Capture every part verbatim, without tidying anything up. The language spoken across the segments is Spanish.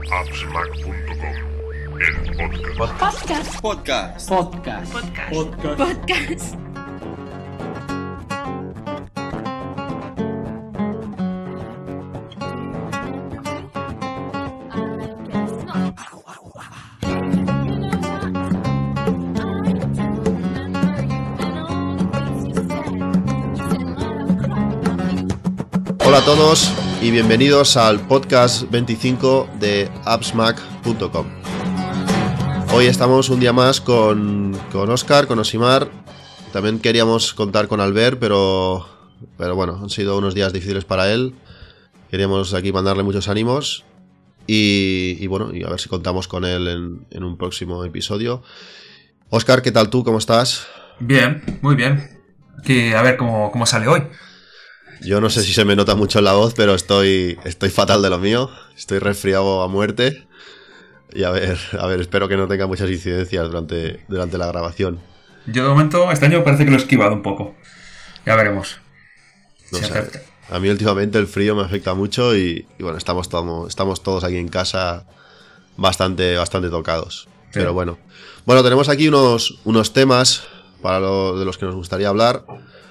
apps mac punto com, el podcast. Podcast. Podcast. Podcast. Podcast. Podcast. Podcast. Hola a todos y bienvenidos al podcast veinticinco de apps mac punto com. Hoy estamos un día más con, con Óscar, con Osimar. También queríamos contar con Albert, pero, pero bueno, han sido unos días difíciles para él. Queríamos aquí mandarle muchos ánimos y, y bueno, y a ver si contamos con él en, en un próximo episodio. Óscar, ¿qué tal tú? ¿Cómo estás? Bien, muy bien. Aquí, a ver cómo, cómo sale hoy. Yo no sé si se me nota mucho en la voz, pero estoy, estoy fatal de lo mío. Estoy resfriado a muerte. Y a ver, a ver, espero que no tenga muchas incidencias durante, durante la grabación. Yo de momento, este año parece que lo he esquivado un poco. Ya veremos. No Si sé, acepta. a mí últimamente el frío me afecta mucho y, y bueno, estamos, todo, estamos todos aquí en casa bastante, bastante tocados. Sí. Pero bueno. Bueno, tenemos aquí unos, unos temas para lo, de los que nos gustaría hablar.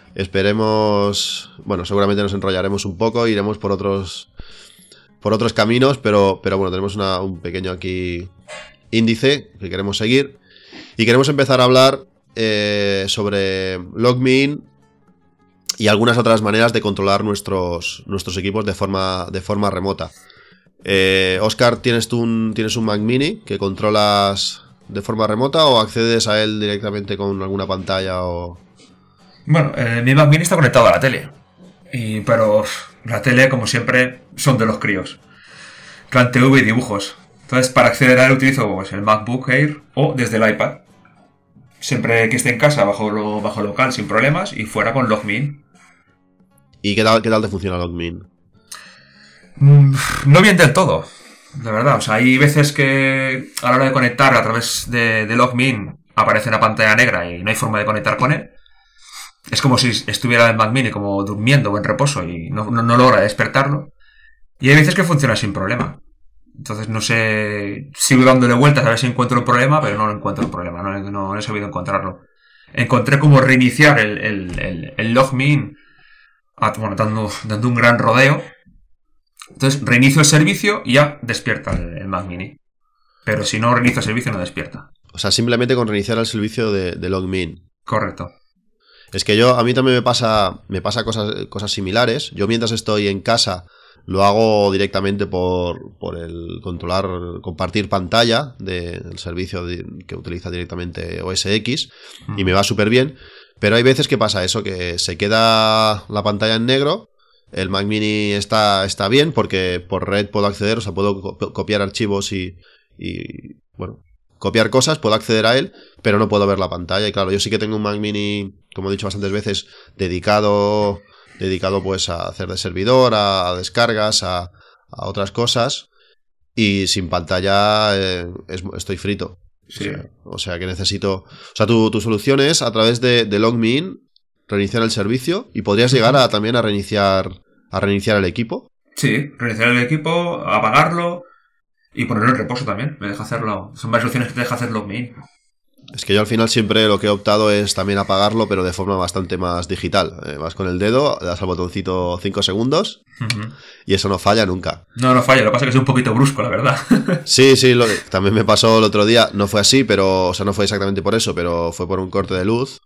Esperemos, bueno, seguramente nos enrollaremos un poco, iremos por otros por otros caminos, pero, pero bueno, tenemos una, un pequeño aquí índice que queremos seguir y queremos empezar a hablar eh, sobre LogMeIn y algunas otras maneras de controlar nuestros, nuestros equipos de forma, de forma remota. Eh, Óscar, ¿tienes tú un, tienes un Mac Mini que controlas de forma remota o accedes a él directamente con alguna pantalla o...? Bueno, eh, mi Mac Mini está conectado a la tele. Y, pero la tele, como siempre, son de los críos. Plan T V y dibujos. Entonces, para acceder a él utilizo pues, el MacBook Air o desde el iPad. Siempre que esté en casa, bajo, lo, bajo local, sin problemas. Y fuera con LogMeIn. ¿Y qué tal, qué tal te funciona LogMeIn? Mm, no bien del todo, de verdad. O sea, hay veces que a la hora de conectar a través de, de LogMeIn aparece una pantalla negra y no hay forma de conectar con él. Es como si estuviera el Mac Mini como durmiendo o en reposo y no, no, no logra despertarlo. Y hay veces que funciona sin problema. Entonces no sé, sigo dándole vueltas a ver si encuentro un problema, pero no lo encuentro un problema, no, no, no he sabido encontrarlo. Encontré como reiniciar el, el, el, el LogMeIn, bueno, dando, dando un gran rodeo. Entonces reinicio el servicio y ya despierta el, el Mac Mini. Pero si no reinicio el servicio no despierta. O sea, simplemente con reiniciar el servicio de, de LogMeIn. Correcto. Es que yo, a mí también me pasa, me pasa cosas, cosas similares. Yo mientras estoy en casa lo hago directamente por, por el controlar, compartir pantalla del servicio de, que utiliza directamente O S X mm. y me va súper bien. Pero hay veces que pasa eso, que se queda la pantalla en negro. El Mac Mini está, está bien porque por red puedo acceder, o sea, puedo co- copiar archivos y, y, bueno, copiar cosas, puedo acceder a él, pero no puedo ver la pantalla. Y claro, yo sí que tengo un Mac Mini, como he dicho bastantes veces, dedicado, dedicado pues a hacer de servidor, a, a descargas, a, a otras cosas. Y sin pantalla eh, es, estoy frito. Sí. O sea, o sea que necesito... O sea, tu, tu solución es a través de, de LogMeIn reiniciar el servicio y podrías llegar a también a reiniciar, a reiniciar el equipo. Sí, reiniciar el equipo, apagarlo... Y ponerlo en reposo también, me deja hacerlo. Son varias opciones que te deja hacer LogMeIn. Es que yo al final siempre lo que he optado es también apagarlo, pero de forma bastante más digital. Eh, vas con el dedo, le das al botoncito cinco segundos uh-huh. y eso no falla nunca. No, no falla, lo que pasa es que es un poquito brusco, la verdad. Sí, sí, lo, también me pasó el otro día, no fue así, pero, o sea, no fue exactamente por eso, pero fue por un corte de luz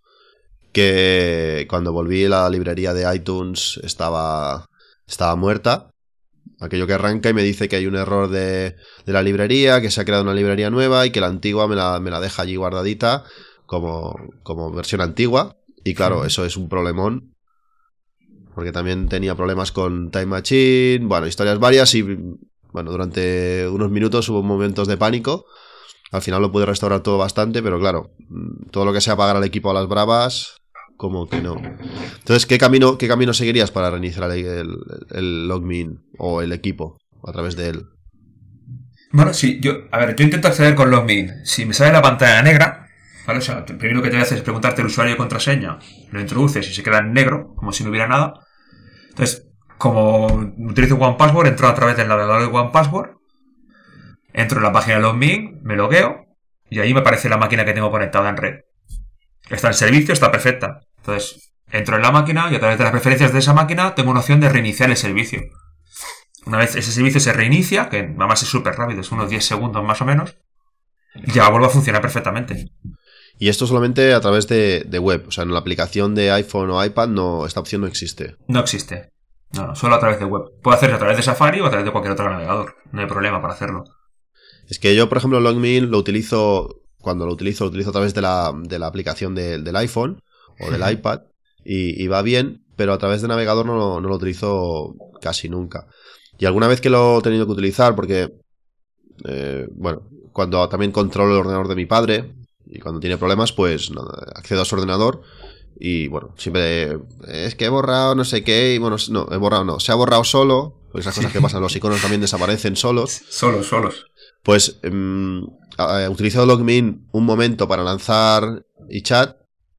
que cuando volví la librería de iTunes estaba, estaba muerta. Aquello que arranca y me dice que hay un error de, de la librería, que se ha creado una librería nueva y que la antigua me la, me la deja allí guardadita como, como versión antigua. Y claro, sí. Eso es un problemón. Porque también tenía problemas con Time Machine, bueno, historias varias y bueno, durante unos minutos hubo momentos de pánico. Al final lo pude restaurar todo bastante, pero claro, todo lo que sea apagar al equipo a las bravas... Como que no. Entonces, ¿qué camino, qué camino seguirías para reiniciar el, el, el LogMeIn o el equipo a través de él? Bueno, sí, yo, a ver, yo intento acceder con LogMeIn. Si me sale la pantalla negra, ¿vale? O sea, primero que te haces es preguntarte el usuario y contraseña, lo introduces y se queda en negro, como si no hubiera nada. Entonces, como utilizo OnePassword, entro a través del navegador de OnePassword Entro en la página de LogMeIn, me logueo y ahí me aparece la máquina que tengo conectada en red. Está en servicio, está perfecta. Entonces, entro en la máquina y a través de las preferencias de esa máquina tengo una opción de reiniciar el servicio. Una vez ese servicio se reinicia, que además es súper rápido, es unos diez segundos más o menos, ya vuelve a funcionar perfectamente. Y esto solamente a través de, de web, o sea, en la aplicación de iPhone o iPad no, esta opción no existe. No existe. No, no, solo a través de web. Puede hacerse a través de Safari o a través de cualquier otro navegador. No hay problema para hacerlo. Es que yo, por ejemplo, LogMeIn lo utilizo, cuando lo utilizo, lo utilizo a través de la, de la aplicación de, del iPhone o del iPad y, y va bien, pero a través de navegador no, no lo utilizo casi nunca. Y alguna vez que lo he tenido que utilizar, porque, eh, bueno, cuando también controlo el ordenador de mi padre y cuando tiene problemas, pues nada, accedo a su ordenador y, bueno, siempre es que he borrado no sé qué y, bueno, no, he borrado no, se ha borrado solo, pues esas cosas que pasan, los iconos también desaparecen solos. Solos, solos. Pues um, he utilizado LogMeIn un momento para lanzar iChat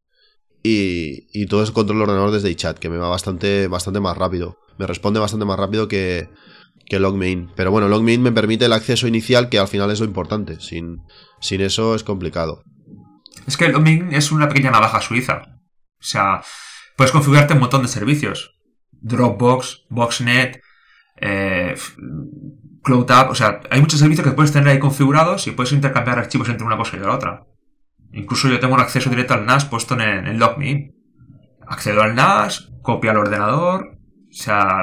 y, y todo eso controlo el ordenador desde iChat, que me va bastante, bastante más rápido. Me responde bastante más rápido que, que LogMeIn. Pero bueno, LogMeIn me permite el acceso inicial, que al final es lo importante. Sin, sin eso es complicado. Es que LogMeIn es una pequeña navaja suiza. O sea, puedes configurarte un montón de servicios. Dropbox, Boxnet, eh, CloudApp. O sea, hay muchos servicios que puedes tener ahí configurados y puedes intercambiar archivos entre una cosa y la otra. Incluso yo tengo un acceso directo al N A S puesto en, en LogMeIn. Accedo al N A S, copio al ordenador. O sea,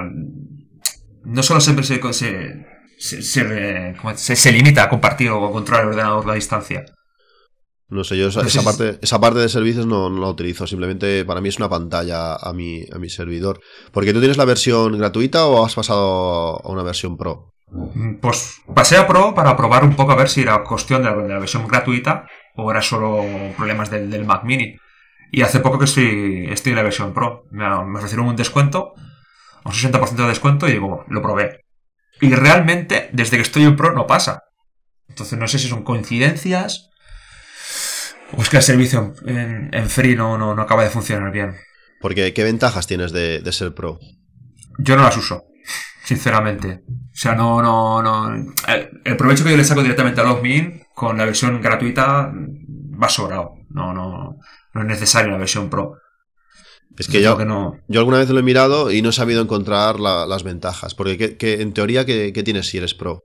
no solo siempre se, se, se, se, se, se limita a compartir o controlar el ordenador a la distancia. No sé, yo esa, esa, parte, esa parte de servicios no, no la utilizo. Simplemente para mí es una pantalla a mi, a mi servidor. Porque tú tienes la versión gratuita o has pasado a una versión Pro. Pues pasé a Pro para probar un poco a ver si era cuestión de la, de la versión gratuita o era solo problemas del, del Mac Mini. Y hace poco que estoy, estoy en la versión Pro. Me, me ofrecieron un descuento, un sesenta por ciento de descuento, y digo, lo probé. Y realmente, desde que estoy en Pro, no pasa. Entonces no sé si son coincidencias o es que el servicio en, en Free no, no, no acaba de funcionar bien. Porque, ¿qué ventajas tienes de, de ser Pro? Yo no las uso, sinceramente. O sea, no, no, no. El, el provecho que yo le saco directamente a LogMeIn con la versión gratuita va sobrado. No, no, no es necesaria la versión Pro. Es que yo, que no... yo alguna vez lo he mirado y no he sabido encontrar la, las ventajas. Porque ¿qué, qué, en teoría, ¿qué, ¿qué tienes si eres Pro?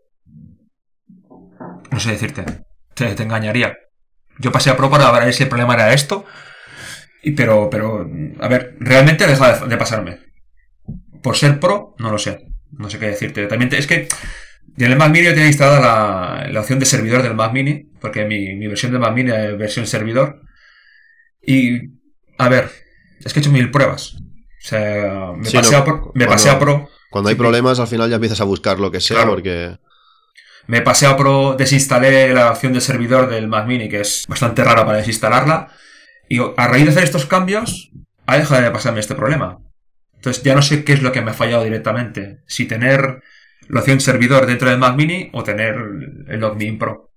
No sé decirte. Te, te engañaría. Yo pasé a Pro para ver si el problema era esto. Y pero, pero, a ver, realmente ha dejado de, de pasarme. Por ser Pro, no lo sé. No sé qué decirte. También te, es que en el Mac Mini yo tenía instalada la, la opción de servidor del Mac Mini. Porque mi, mi versión del Mac Mini es versión servidor. Y, a ver, es que he hecho mil pruebas. O sea, me sí, pasé, no, a, Pro, me cuando, pasé a Pro. Cuando hay problemas, al final ya empiezas a buscar lo que sea, claro. Porque... Me pasé a Pro, desinstalé la opción de servidor del Mac Mini, que es bastante rara para desinstalarla. Y a raíz de hacer estos cambios, ha dejado de pasarme este problema. Entonces ya no sé qué es lo que me ha fallado directamente. Si tener la opción servidor dentro del Mac Mini o tener el LogMeIn Pro.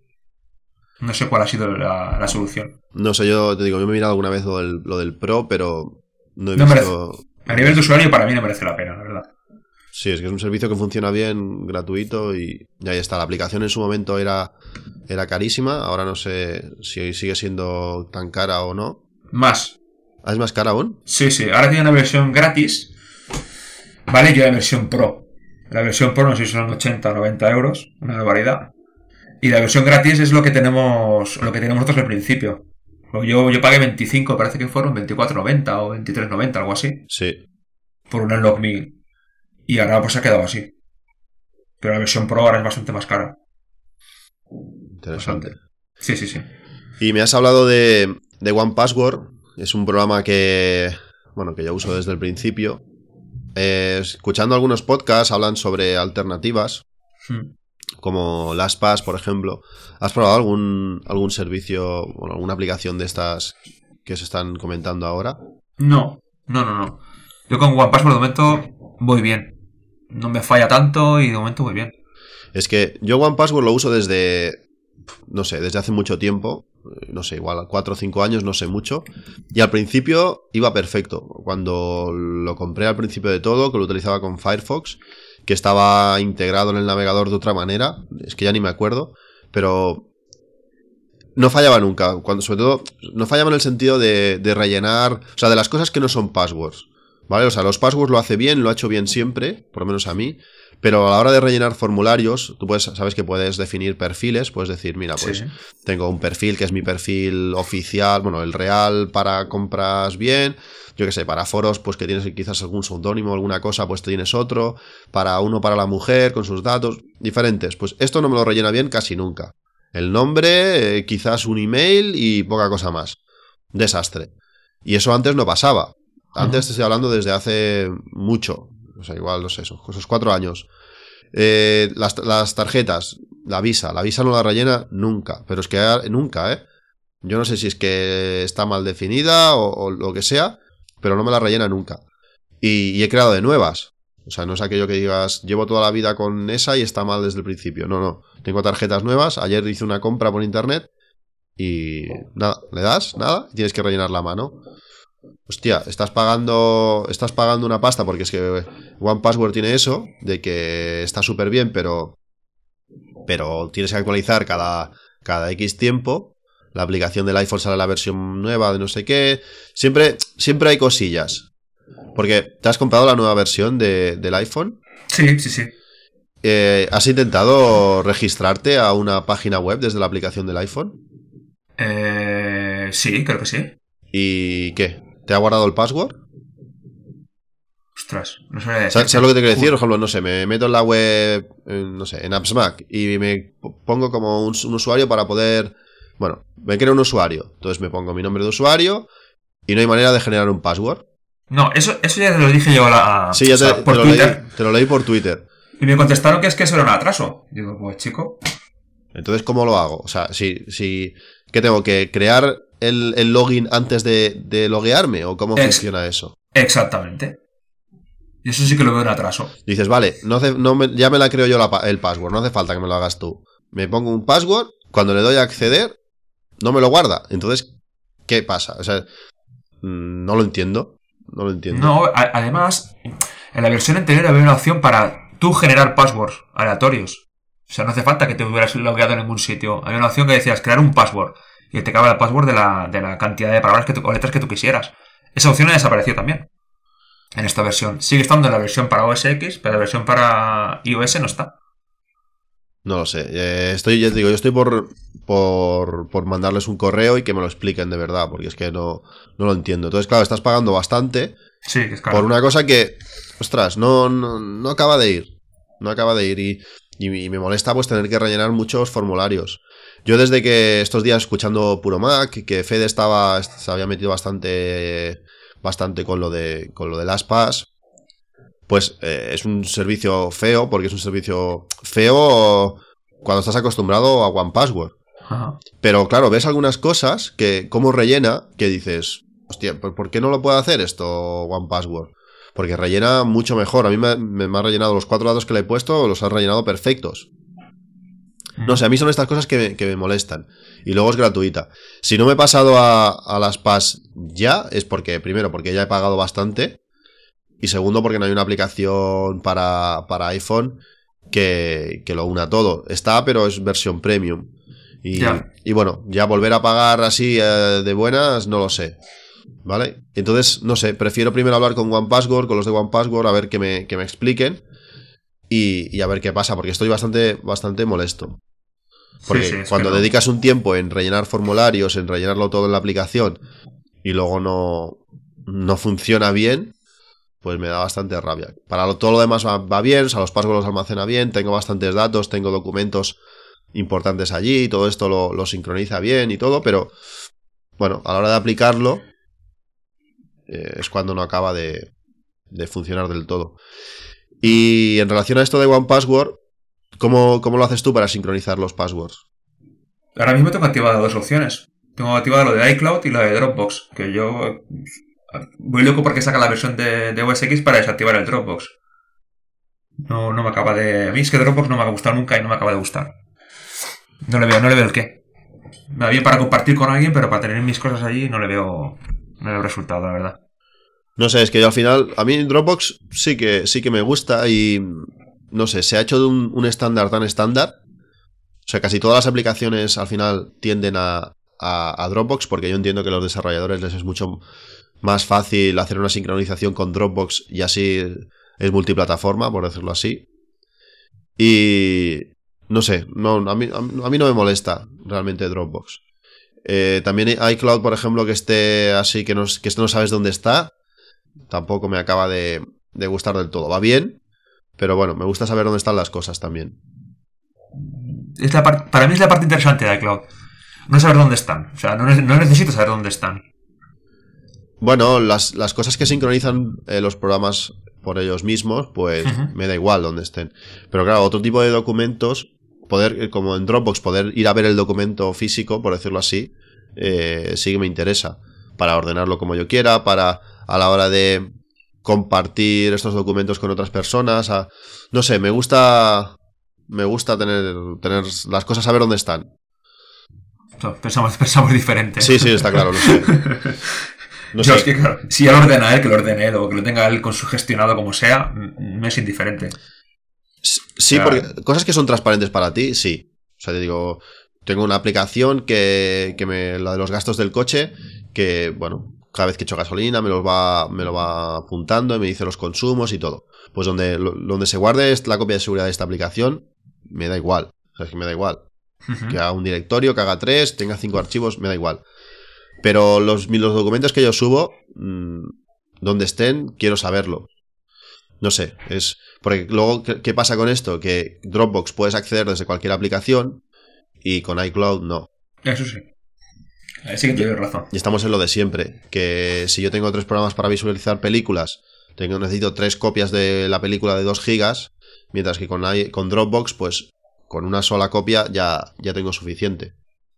No sé cuál ha sido la, la solución. No sé, yo te digo, yo me he mirado alguna vez lo del, lo del Pro, pero no he no visto... Merece, a nivel de usuario para mí no merece la pena, la verdad. Sí, es que es un servicio que funciona bien, gratuito y, y ahí está. La aplicación en su momento era, era carísima, ahora no sé si sigue siendo tan cara o no. Más. ¿Ah, es más cara aún? Sí, sí, ahora tiene una versión gratis, vale, yo la versión Pro. La versión Pro no sé si son ochenta o noventa euros, una barbaridad. Y la versión gratis es lo que tenemos lo que tenemos nosotros al principio. Yo, yo pagué veinticinco, parece que fueron veinticuatro noventa o veintitrés noventa, algo así. Sí. Por una LogMeIn. Y ahora pues ha quedado así. Pero la versión Pro ahora es bastante más cara. Interesante. Bastante. Sí, sí, sí. Y me has hablado de, de one password. Es un programa que, bueno, que yo uso desde el principio. Eh, escuchando algunos podcasts hablan sobre alternativas. Hmm. Como LastPass, por ejemplo. ¿Has probado algún, algún servicio, bueno, alguna aplicación de estas que se están comentando ahora? No, no, no, no. Yo con one password de momento voy bien. No me falla tanto y de momento muy bien. Es que yo one password lo uso desde, no sé, desde hace mucho tiempo. No sé, igual cuatro o cinco años, no sé mucho. Y al principio iba perfecto. Cuando lo compré al principio de todo, que lo utilizaba con Firefox, que estaba integrado en el navegador de otra manera, es que ya ni me acuerdo, pero no fallaba nunca, cuando sobre todo no fallaba en el sentido de, de rellenar, o sea, de las cosas que no son passwords, ¿vale? O sea, los passwords lo hace bien, lo ha hecho bien siempre, por lo menos a mí, pero a la hora de rellenar formularios, tú puedes, sabes que puedes definir perfiles, puedes decir, mira, pues Sí. tengo un perfil que es mi perfil oficial, bueno, el real para compras bien, yo qué sé, para foros, pues que tienes quizás algún seudónimo, alguna cosa, pues tienes otro, para uno para la mujer, con sus datos, diferentes. Pues esto no me lo rellena bien casi nunca. El nombre, eh, quizás un email y poca cosa más. Desastre. Y eso antes no pasaba. Antes te estoy hablando desde hace mucho. O sea, igual, no sé, esos, esos cuatro años. Eh, las, las tarjetas, la Visa. La Visa no la rellena nunca. Pero es que nunca, ¿eh? Yo no sé si es que está mal definida o, o lo que sea, pero no me la rellena nunca. Y, y he creado de nuevas. O sea, no es aquello que digas, llevo toda la vida con esa y está mal desde el principio. No, no. Tengo tarjetas nuevas. Ayer hice una compra por internet y nada, le das, nada, y tienes que rellenar la mano. Hostia, estás pagando estás pagando una pasta porque es que One Password tiene eso, de que está súper bien, pero pero tienes que actualizar cada, cada X tiempo. La aplicación del iPhone sale la versión nueva de no sé qué. Siempre, siempre hay cosillas. Porque te has comprado la nueva versión de, del iPhone. Sí, sí, sí. Eh, ¿Has intentado registrarte a una página web desde la aplicación del iPhone? Eh, sí, creo que sí. ¿Y qué? ¿Te ha guardado el password? Ostras, no sé decir. ¿Sabes, ¿sabes lo que te quiero decir? Por ejemplo, no sé, me meto en la web, en, no sé, en AppsMac y me pongo como un, un usuario para poder... Bueno, me creo un usuario. Entonces me pongo mi nombre de usuario y no hay manera de generar un password. No, eso, eso ya te lo dije yo a la, Sí, ya o te, sea, te por lo Twitter. leí, te lo leí por Twitter. Y me contestaron que es que eso era un atraso. Digo, pues chico. Entonces, ¿cómo lo hago? O sea, si, si ¿qué tengo? ¿Que crear el, el login antes de, de loguearme? ¿O cómo Ex- funciona eso? Exactamente. Y eso sí que lo veo un atraso. Dices, vale, no hace, no me, ya me la creo yo la, el password, no hace falta que me lo hagas tú. Me pongo un password, cuando le doy a acceder, no me lo guarda. Entonces, ¿qué pasa? O sea, no lo entiendo. No lo entiendo. No, a- además, en la versión anterior había una opción para tú generar passwords aleatorios. O sea, no hace falta que te hubieras logueado en ningún sitio. Había una opción que decías crear un password y te cabe el password de la, de la cantidad de palabras que tú, o letras que tú quisieras. Esa opción ha desaparecido también en esta versión. Sigue estando en la versión para O S X, pero la versión para iOS no está. No lo sé. Eh, estoy, ya te digo, yo estoy por, por, por mandarles un correo y que me lo expliquen de verdad, porque es que no, no lo entiendo. Entonces, claro, estás pagando bastante Sí, que es claro. por una cosa que, ostras, no, no, no acaba de ir. No acaba de ir y, y, y me molesta pues tener que rellenar muchos formularios. Yo desde que estos días escuchando Puro Mac, que Fede estaba, se había metido bastante, bastante con lo de, con lo de las PAS, pues eh, es un servicio feo, porque es un servicio feo cuando estás acostumbrado a One Password. Ajá. Pero claro, ves algunas cosas que, como rellena, que dices, hostia, ¿por, ¿por qué no lo puede hacer esto One Password? Porque rellena mucho mejor. A mí me, me, me ha rellenado los cuatro datos que le he puesto, los ha rellenado perfectos. No sé, a mí son estas cosas que me, que me molestan. Y luego es gratuita. Si no me he pasado a, a las PAS ya, es porque, primero, porque ya he pagado bastante. Y segundo, porque no hay una aplicación para, para iPhone que, que lo una todo. Está, pero es versión premium. Y, Ya. y bueno, ya volver a pagar así eh, de buenas, no lo sé. ¿Vale? Entonces, no sé, prefiero primero hablar con One Password, con los de One Password, a ver que me, que me expliquen. Y, y a ver qué pasa, porque estoy bastante, bastante molesto. Porque Sí, sí, es cuando que no. dedicas un tiempo en rellenar formularios, en rellenarlo todo en la aplicación, y luego no, no funciona bien, pues me da bastante rabia. Para lo, todo lo demás va, va bien, o sea, los passwords los almacena bien, tengo bastantes datos, tengo documentos importantes allí, todo esto lo, lo sincroniza bien y todo, pero bueno, a la hora de aplicarlo eh, es cuando no acaba de, de funcionar del todo. Y en relación a esto de One Password, ¿cómo, cómo lo haces tú para sincronizar los passwords? Ahora mismo tengo activadas dos opciones. Tengo activada lo de iCloud y lo de Dropbox. Que yo voy loco porque saca la versión de, de O S X para desactivar el Dropbox. No, no me acaba de... A mí es que Dropbox no me ha gustado nunca y no me acaba de gustar. No le veo, no le veo el qué. Me va bien para compartir con alguien, pero para tener mis cosas allí no le veo, no le veo resultado, la verdad. No sé, es que yo al final, a mí Dropbox sí que, sí que me gusta y, no sé, se ha hecho de un, un estándar tan estándar. O sea, casi todas las aplicaciones al final tienden a, a, a Dropbox, porque yo entiendo que a los desarrolladores les es mucho más fácil hacer una sincronización con Dropbox y así es multiplataforma, por decirlo así. Y no sé, no, a, mí, a mí no me molesta realmente Dropbox. Eh, también iCloud, por ejemplo, que esté así, que no, que no sabes dónde está, tampoco me acaba de, de gustar del todo. Va bien, pero bueno, me gusta saber dónde están las cosas también. Es la part- para mí es la parte interesante de iCloud. No saber dónde están. O sea, no, ne- no necesito saber dónde están. Bueno, las, las cosas que sincronizan eh, los programas por ellos mismos, pues Ujú. me da igual dónde estén. Pero claro, otro tipo de documentos, poder, eh, como en Dropbox, poder ir a ver el documento físico, por decirlo así, eh, sí que me interesa. Para ordenarlo como yo quiera, para a la hora de compartir estos documentos con otras personas. A, no sé, me gusta... Me gusta tener, tener las cosas, saber dónde están. O sea, pensamos, pensamos diferente. Sí, sí, está claro, lo sé. No Yo sé. es que, claro, si ya lo ordena él, que lo ordene él, o que lo tenga él con su gestionado como sea, mm, me es indiferente. Sí, o sea, porque cosas que son transparentes para ti, sí. O sea, te digo, tengo una aplicación que, que me, la de los gastos del coche, que, bueno, cada vez que echo gasolina me, los va, me lo va apuntando y me dice los consumos y todo. Pues donde, lo, donde se guarde la copia de seguridad de esta aplicación, me da igual. O sea, es que me da igual. uh-huh. Que haga un directorio, que haga tres, tenga cinco archivos, me da igual. Pero los, los documentos que yo subo, mmm, donde estén, quiero saberlo. No sé, es... Porque luego, ¿qué, ¿qué pasa con esto? Que Dropbox puedes acceder desde cualquier aplicación y con iCloud no. Eso sí. Ahí sí que te doy razón. Y estamos en lo de siempre, que si yo tengo tres programas para visualizar películas, tengo, necesito tres copias de la película de dos gigas, mientras que con, con Dropbox, pues con una sola copia ya, ya tengo suficiente.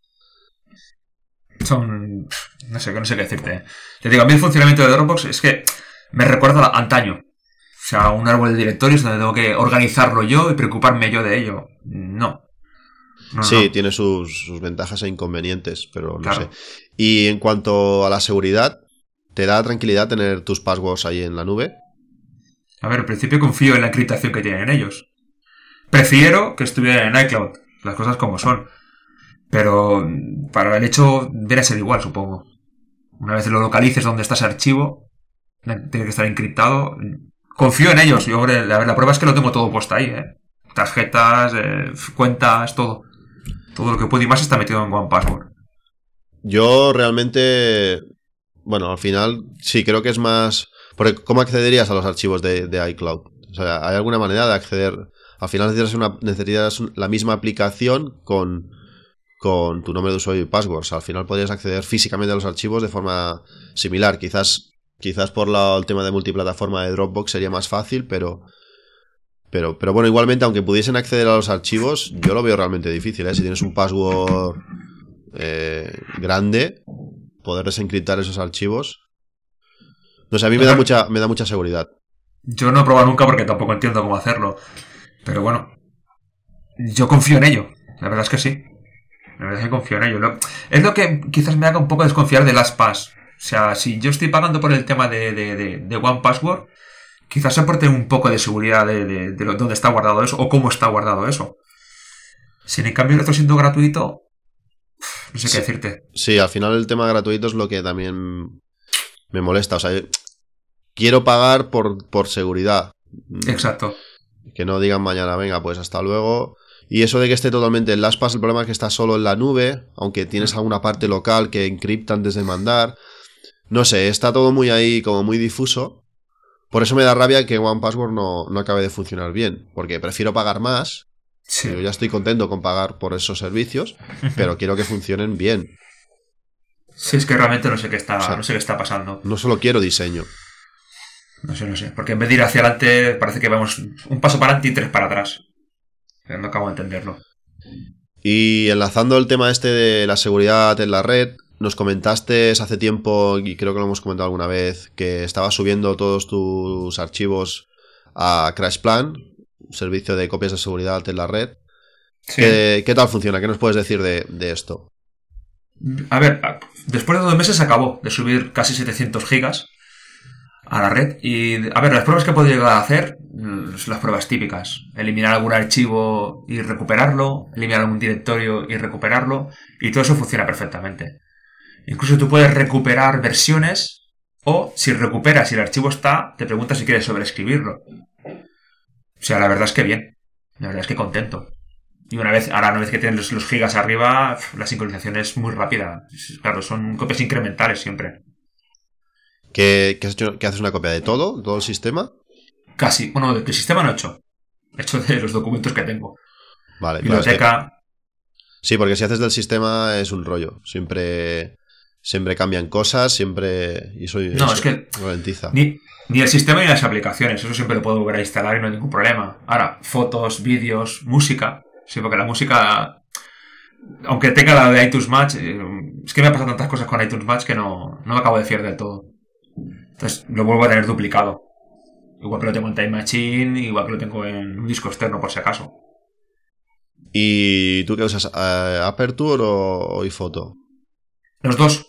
Son... No sé, no sé qué decirte. Te digo, a mí el funcionamiento de Dropbox es que me recuerda a antaño. O sea, un árbol de directorios donde tengo que organizarlo yo y preocuparme yo de ello. No. No, sí, no. tiene sus, sus ventajas e inconvenientes, pero no Claro. sé. Y en cuanto a la seguridad, ¿te da tranquilidad tener tus passwords ahí en la nube? A ver, al principio confío en la encriptación que tienen ellos. Prefiero que estuvieran en iCloud, las cosas como son. Pero para el hecho debe ser igual, supongo. Una vez lo localices donde está ese archivo, tiene que estar encriptado. Confío en ellos. Yo, a ver, la prueba es que lo tengo todo puesto ahí, ¿eh? Tarjetas, eh, cuentas, todo. Todo lo que puedo y más está metido en OnePassword. Yo realmente... Bueno, al final sí, creo que es más... Porque ¿cómo accederías a los archivos de, de iCloud? O sea, ¿hay alguna manera de acceder? Al final necesitas, una, necesitas la misma aplicación con, con tu nombre de usuario y password. O sea, al final podrías acceder físicamente a los archivos de forma similar. Quizás, quizás por la, el tema de multiplataforma de Dropbox sería más fácil, pero... Pero, pero bueno, igualmente, aunque pudiesen acceder a los archivos, yo lo veo realmente difícil, ¿eh? Si tienes un password eh, grande, poder desencriptar esos archivos. No sé, a mí me da mucha, me da mucha seguridad. Yo no he probado nunca porque tampoco entiendo cómo hacerlo. Pero bueno, yo confío en ello. La verdad es que sí. La verdad es que confío en ello. Lo- Es lo que quizás me haga un poco desconfiar de LastPass. O sea, si yo estoy pagando por el tema de, de, de, de OnePassword, quizás aporte un poco de seguridad de, de, de lo- dónde está guardado eso o cómo está guardado eso. Si en cambio lo estoy siendo gratuito, no sé Sí. qué decirte. Sí, al final el tema gratuito es lo que también me molesta. O sea, yo quiero pagar por, por seguridad. Exacto. Que no digan mañana, venga, pues hasta luego. Y eso de que esté totalmente en LastPass, el problema es que está solo en la nube, aunque tienes alguna parte local que encripta antes de mandar. No sé, está todo muy ahí, como muy difuso. Por eso me da rabia que OnePassword no, no acabe de funcionar bien, porque prefiero pagar más. Sí. Yo ya estoy contento con pagar por esos servicios, pero quiero que funcionen bien. Sí, es que realmente no sé qué está, O sea, no sé qué está pasando. No solo quiero diseño. No sé, no sé. Porque en vez de ir hacia adelante, parece que vamos un paso para adelante y tres para atrás. Pero no acabo de entenderlo. Y enlazando el tema este de la seguridad en la red, nos comentaste hace tiempo, y creo que lo hemos comentado alguna vez, que estabas subiendo todos tus archivos a CrashPlan, un servicio de copias de seguridad en la red. Sí. ¿Qué, qué tal funciona? ¿Qué nos puedes decir de, de esto? A ver, después de dos meses acabó de subir casi setecientos gigas a la red. Y, a ver, las pruebas que puedo llegar a hacer son las pruebas típicas. Eliminar algún archivo y recuperarlo, eliminar algún directorio y recuperarlo, y todo eso funciona perfectamente. Incluso tú puedes recuperar versiones, o si recuperas y el archivo está, te preguntas si quieres sobreescribirlo. O sea, la verdad es que bien. La verdad es que contento. Y una vez, ahora una vez que tienes los, los gigas arriba, la sincronización es muy rápida. Claro, son copias incrementales siempre. ¿Qué, qué has hecho, ¿Qué haces una copia de todo? ¿De todo el sistema? Casi. Bueno, del sistema no he hecho. He hecho de los documentos que tengo. Vale, biblioteca. Claro, es que... Sí, porque si haces del sistema es un rollo. Siempre, siempre cambian cosas, siempre... Y eso, no, eso es que ralentiza. Ni, ni el sistema ni las aplicaciones. Eso siempre lo puedo volver a instalar y no hay ningún problema. Ahora, fotos, vídeos, música. Sí, porque la música, aunque tenga la de iTunes Match, eh, es que me ha pasado tantas cosas con iTunes Match que no, no me acabo de fiar del todo. Entonces lo vuelvo a tener duplicado. Igual que lo tengo en Time Machine, igual que lo tengo en un disco externo por si acaso. ¿Y tú qué usas? ¿Uh, ¿Aperture o, o iPhoto? Los dos.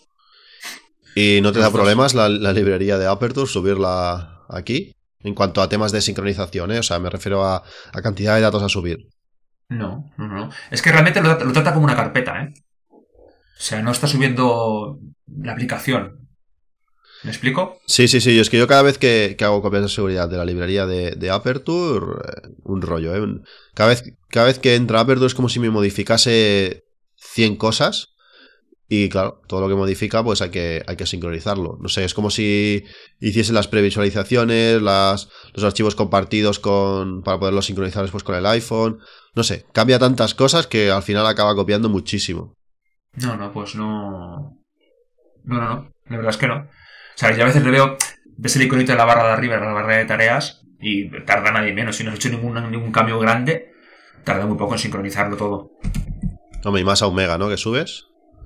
¿Y no te Los da dos. problemas la, la librería de Aperture subirla aquí? En cuanto a temas de sincronización, ¿eh? O sea, me refiero a, a cantidad de datos a subir. No, no, no. Es que realmente lo, lo trata como una carpeta, ¿eh? O sea, no está subiendo la aplicación. ¿Me explico? Sí, sí, sí. Es que yo cada vez que, que hago copias de seguridad de la librería de, de Aperture, eh, un rollo, ¿eh? Un- cada, vez, cada vez que entra Aperture es como si me modificase cien cosas. Y claro, todo lo que modifica, pues hay que, hay que sincronizarlo. No sé, es como si hiciese las previsualizaciones, las, los archivos compartidos con, para poderlos sincronizar después con el iPhone. No sé, cambia tantas cosas que al final acaba copiando muchísimo. No, no, pues no. No, no, no. La verdad es que no. O sea, yo a veces le veo, ves el iconito de la barra de arriba, en la barra de tareas, y tarda nadie menos. Si no has hecho ningún, ningún cambio grande, tarda muy poco en sincronizarlo todo. Hombre, y más a Omega, ¿no? Que subes.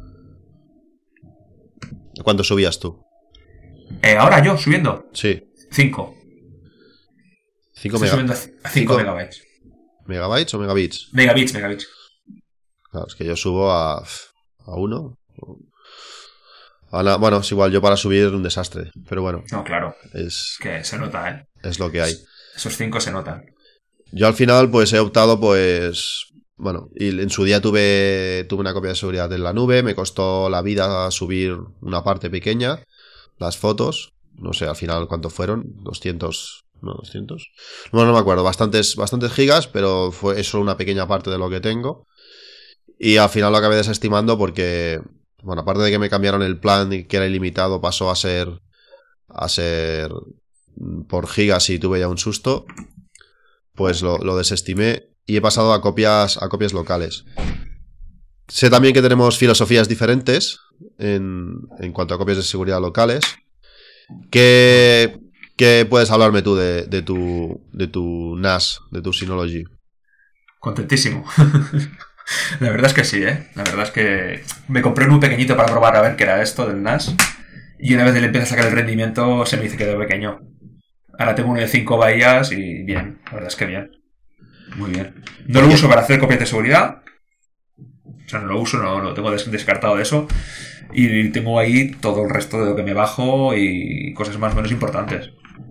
¿Cuánto subías tú? Eh, ahora yo, subiendo, Sí, cinco. cinco Estoy mega- subiendo a cinco cinco- megabytes. megabytes o megabits. Megabits, megabits. Claro, es que yo subo a, a uno. A la- bueno, es igual, yo para subir un desastre. Pero bueno, No, claro. es, Que se nota, ¿eh? es lo que hay. Esos cinco se notan. Yo al final pues he optado pues... Bueno, y en su día tuve, tuve una copia de seguridad en la nube. Me costó la vida subir una parte pequeña. Las fotos. No sé al final cuánto fueron. doscientos... No, doscientos. No, no me acuerdo. Bastantes, bastantes gigas, pero fue es solo una pequeña parte de lo que tengo. Y al final lo acabé desestimando porque... Bueno, aparte de que me cambiaron el plan y que era ilimitado, pasó a ser... A ser... Por gigas y tuve ya un susto. Pues lo, lo desestimé y he pasado a copias, a copias locales. Sé también que tenemos filosofías diferentes en, en cuanto a copias de seguridad locales. ¿Qué, qué puedes hablarme tú de, de, tu, de tu N A S, de tu Synology? Contentísimo. La verdad es que sí, ¿eh? La verdad es que me compré uno pequeñito para probar a ver qué era esto del N A S. Y una vez le empieza a sacar el rendimiento, se me dice que quedó pequeño. Ahora tengo uno de cinco bahías y bien, la verdad es que bien. Muy bien. No lo uso para hacer copias de seguridad. O sea, no lo uso, no lo tengo des- descartado de eso. Y tengo ahí todo el resto de lo que me bajo y cosas más o menos importantes.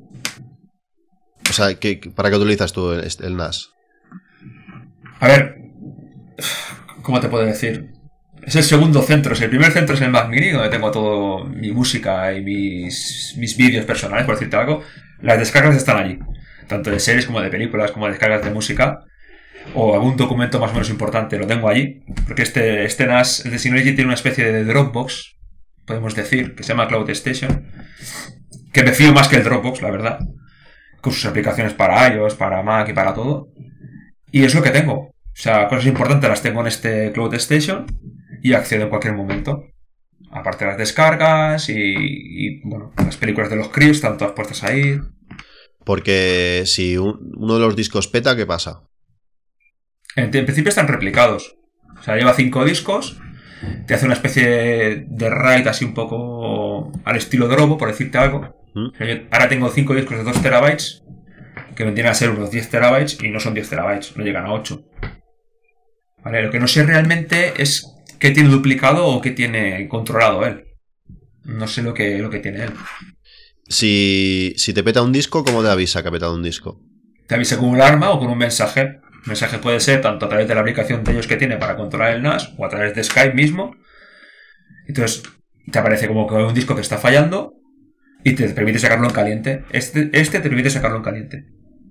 O sea, ¿qué, ¿para qué utilizas tú el, el N A S? A ver, ¿cómo te puedo decir? Es el segundo centro. El primer centro es el Mac Mini, donde tengo todo mi música y mis, mis vídeos personales, por decirte algo. Las descargas están allí, tanto de series como de películas, como de descargas de música. O algún documento más o menos importante lo tengo allí. Porque este, este N A S, el de Synology, tiene una especie de Dropbox, podemos decir, que se llama Cloud Station. Que me fío más que el Dropbox, la verdad. Con sus aplicaciones para iOS, para Mac y para todo. Y es lo que tengo. O sea, cosas importantes las tengo en este Cloud Station y accedo en cualquier momento. Aparte de las descargas y, y bueno, las películas de los críos están todas puestas ahí. Porque si un- uno de los discos peta, ¿qué pasa? En, en principio están replicados. O sea, lleva cinco discos. Te hace una especie de RAID así un poco al estilo Drobo, por decirte algo. ¿Mm? O sea, yo ahora tengo cinco discos de dos terabytes que vendrían a ser unos diez terabytes y no son diez terabytes, no llegan a ocho. Vale, lo que no sé realmente es qué tiene duplicado o qué tiene controlado él. No sé lo que, lo que tiene él. Si, si te peta un disco, ¿cómo te avisa que ha petado un disco? Te avisa con un alarma o con un mensaje. El mensaje puede ser tanto a través de la aplicación de ellos que tiene para controlar el N A S o a través de Skype mismo. Entonces te aparece como que un disco te está fallando y te permite sacarlo en caliente. Este, este te permite sacarlo en caliente.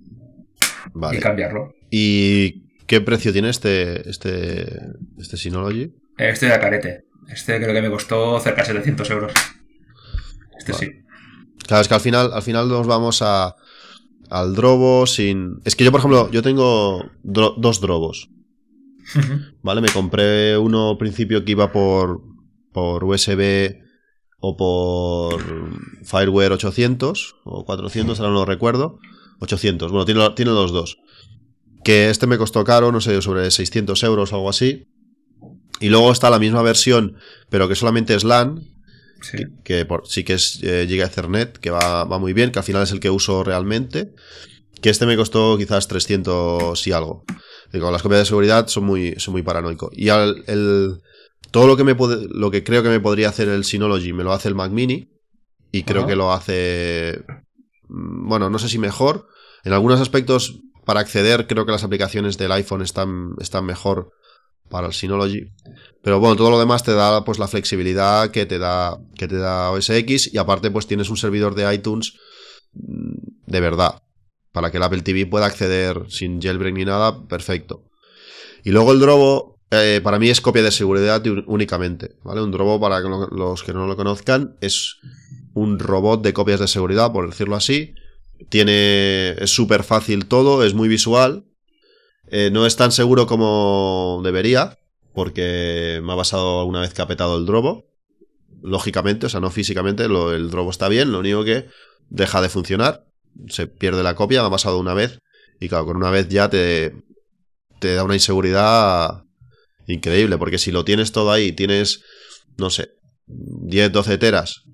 Vale. Y cambiarlo. ¿Y qué precio tiene este, este, este Synology? Este de Acarete. Este creo que me costó cerca de setecientos euros. Este vale. Sí. Claro, es que al final, al final nos vamos a, al Drobo sin... Es que yo, por ejemplo, yo tengo dro- dos Drobos. Uh-huh. ¿Vale? Me compré uno al principio que iba por, por U S B o por Fireware ochocientos o cuatrocientos, ahora no lo recuerdo. ochocientos, bueno, tiene, tiene los dos. Que este me costó caro, no sé, sobre seiscientos euros o algo así. Y luego está la misma versión, pero que solamente es LAN. Sí. Que, que por, sí que es eh, Giga Ethernet, que va, va muy bien, que al final es el que uso realmente. Que este me costó quizás trescientos y algo. Digo, las copias de seguridad son muy, son muy paranoico. Y al, el, todo lo que, me puede, lo que creo que me podría hacer el Synology me lo hace el Mac Mini. Y creo uh-huh. que lo hace... Bueno, no sé si mejor. En algunos aspectos, para acceder, creo que las aplicaciones del iPhone están, están mejor para el Synology. Pero bueno, todo lo demás te da pues la flexibilidad que te da que te da O S X y aparte pues tienes un servidor de iTunes de verdad para que el Apple T V pueda acceder sin jailbreak ni nada, perfecto. Y luego el Drobo eh, para mí es copia de seguridad únicamente, ¿vale? Un Drobo, para los que no lo conozcan, es un robot de copias de seguridad, por decirlo así. Tiene es súper fácil todo, es muy visual. Eh, no es tan seguro como debería, porque me ha pasado alguna vez que ha petado el Drobo. Lógicamente, o sea, no físicamente, lo, el Drobo está bien, lo único que deja de funcionar, se pierde la copia, me ha pasado una vez, y claro, con una vez ya te, te da una inseguridad increíble, porque si lo tienes todo ahí, tienes, no sé, diez, doce teras,